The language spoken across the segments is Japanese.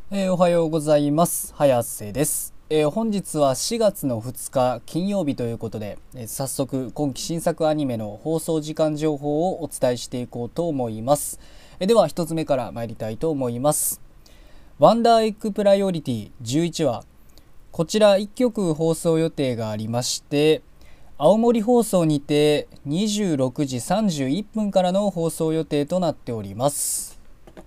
おはようございます。早瀬です。本日は4月の2日金曜日ということで、早速今期新作アニメの放送時間情報をお伝えしていこうと思います。では1つ目から参りたいと思います。ワンダーエッグプライオリティ11話、こちら1曲放送予定がありまして、青森放送にて26時31分からの放送予定となっております。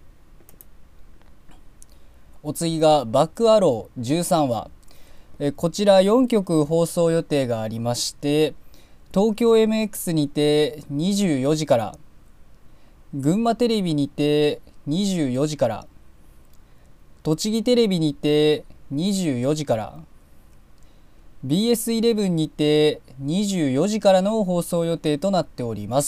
お次がバックアロー13話、こちら4曲放送予定がありまして、東京 MX にて24時から、群馬テレビにて24時から、栃木テレビにて24時から、BS11 にて24時からの放送予定となっております。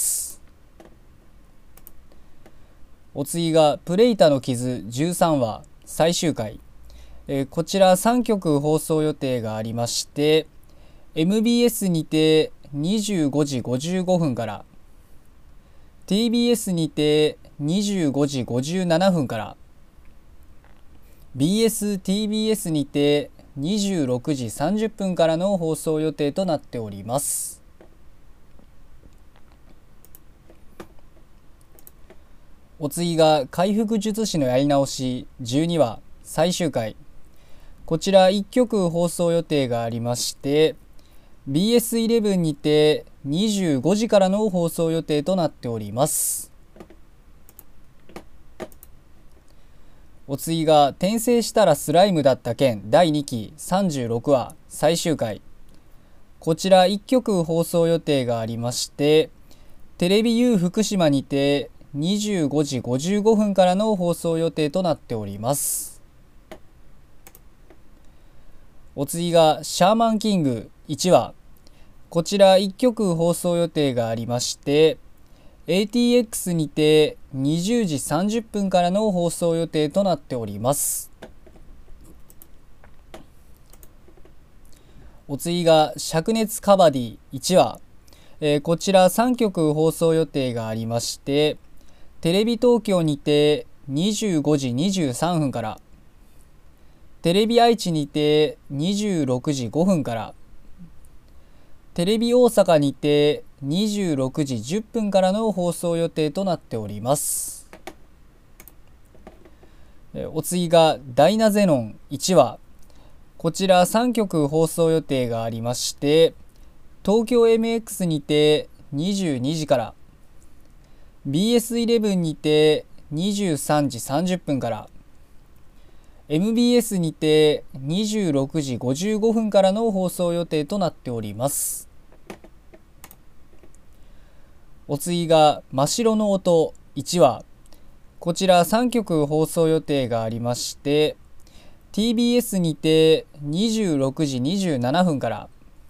お次がプレイタの傷13話最終回、こちら3曲放送予定がありまして、 MBS にて25時55分から、 TBS にて25時57分から、 BSTBS にて26時30分からの放送予定となっております。お次が回復術師のやり直し12話最終回、こちら1曲放送予定がありまして、 BS11 にて25時からの放送予定となっております。お次が転生したらスライムだった件第2期36話最終回、こちら1曲放送予定がありまして、テレビ U 福島にて25時55分からの放送予定となっております。お次がシャーマンキング1話、こちら1曲放送予定がありまして、 ATX にて20時30分からの放送予定となっております。お次が灼熱カバディ1話、こちら3曲放送予定がありまして、テレビ東京にて25時23分から、テレビ愛知にて26時5分から、テレビ大阪にて26時10分からの放送予定となっております。お次がダイナゼノン1話、こちら3曲放送予定がありまして、東京 MX にて22時から、BS11 にて23時30分から、 MBS にて26時55分からの放送予定となっております。お次が真白の音1話、こちら3曲放送予定がありまして、 TBS にて26時27分から、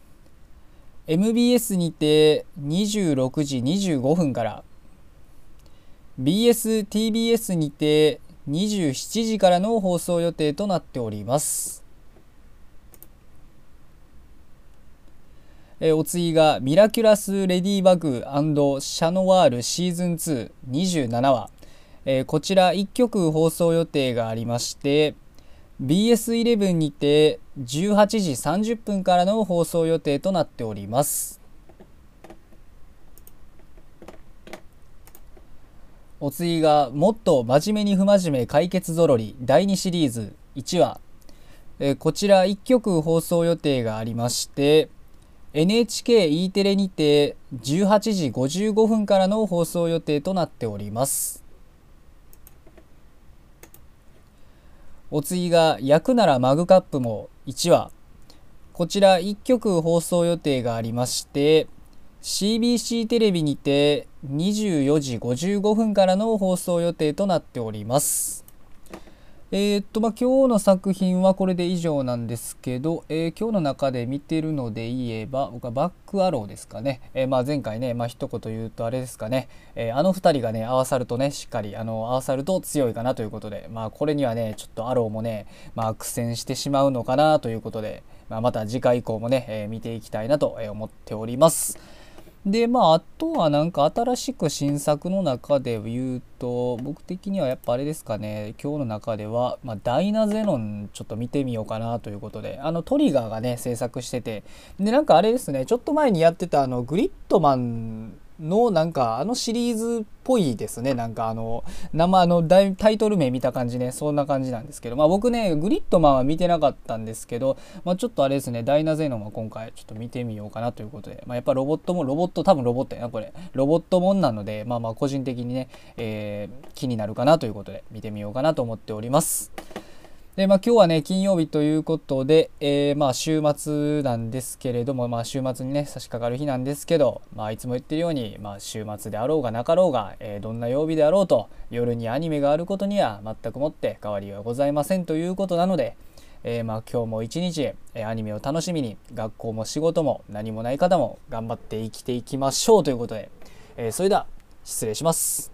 MBS にて26時25分から、BSTBS にて27時からの放送予定となっております。お次がミラキュラスレディバグ&シャノワールシーズン2 27話、こちら1曲放送予定がありまして、 BS11 にて18時30分からの放送予定となっております。お次がもっと真面目に不真面目解決ぞろり第2シリーズ1話、こちら1曲放送予定がありまして、 NHKE テレにて18時55分からの放送予定となっております。お次が焼くならマグカップも1話、こちら1曲放送予定がありまして、CBC テレビにて24時55分からの放送予定となっております。今日の作品はこれで以上なんですけど、今日の中で見てるので言えば僕はバックアローですかね。前回ね、一言言うとあれですかね、あの2人がね合わさるとね、しっかり合わさると強いかなということで、これにはねちょっとアローもね、苦戦してしまうのかなということで、また次回以降もね、見ていきたいなと思っております。 で、まあ、あとはなんか新しく新作の中で言うと、僕的にはやっぱあれですかね、今日の中では、まあ、ダイナゼノンちょっと見てみようかなということで、トリガーがね、制作してて、で、なんかあれですね、ちょっと前にやってたグリッドマンのなんかシリーズっぽいですね。なんかタイトル名見た感じね、そんな感じなんですけど、まあ僕ね、グリッドマンは見てなかったんですけど、まあちょっとあれですね、ダイナゼノンは今回ちょっと見てみようかなということで、まあやっぱロボット、多分ロボットやな、これ。ロボットもんなので、まあまあ個人的にね、気になるかなということで、見てみようかなと思っております。で、まあ、今日はね、金曜日ということで、まあ、週末なんですけれども、まあ、週末にね、差し掛かる日なんですけど、まあ、いつも言ってるように、まあ、週末であろうがなかろうが、どんな曜日であろうと、夜にアニメがあることには全くもって変わりはございませんということなので、まあ、今日も一日、アニメを楽しみに、学校も仕事も何もない方も頑張って生きていきましょうということで、それでは、失礼します。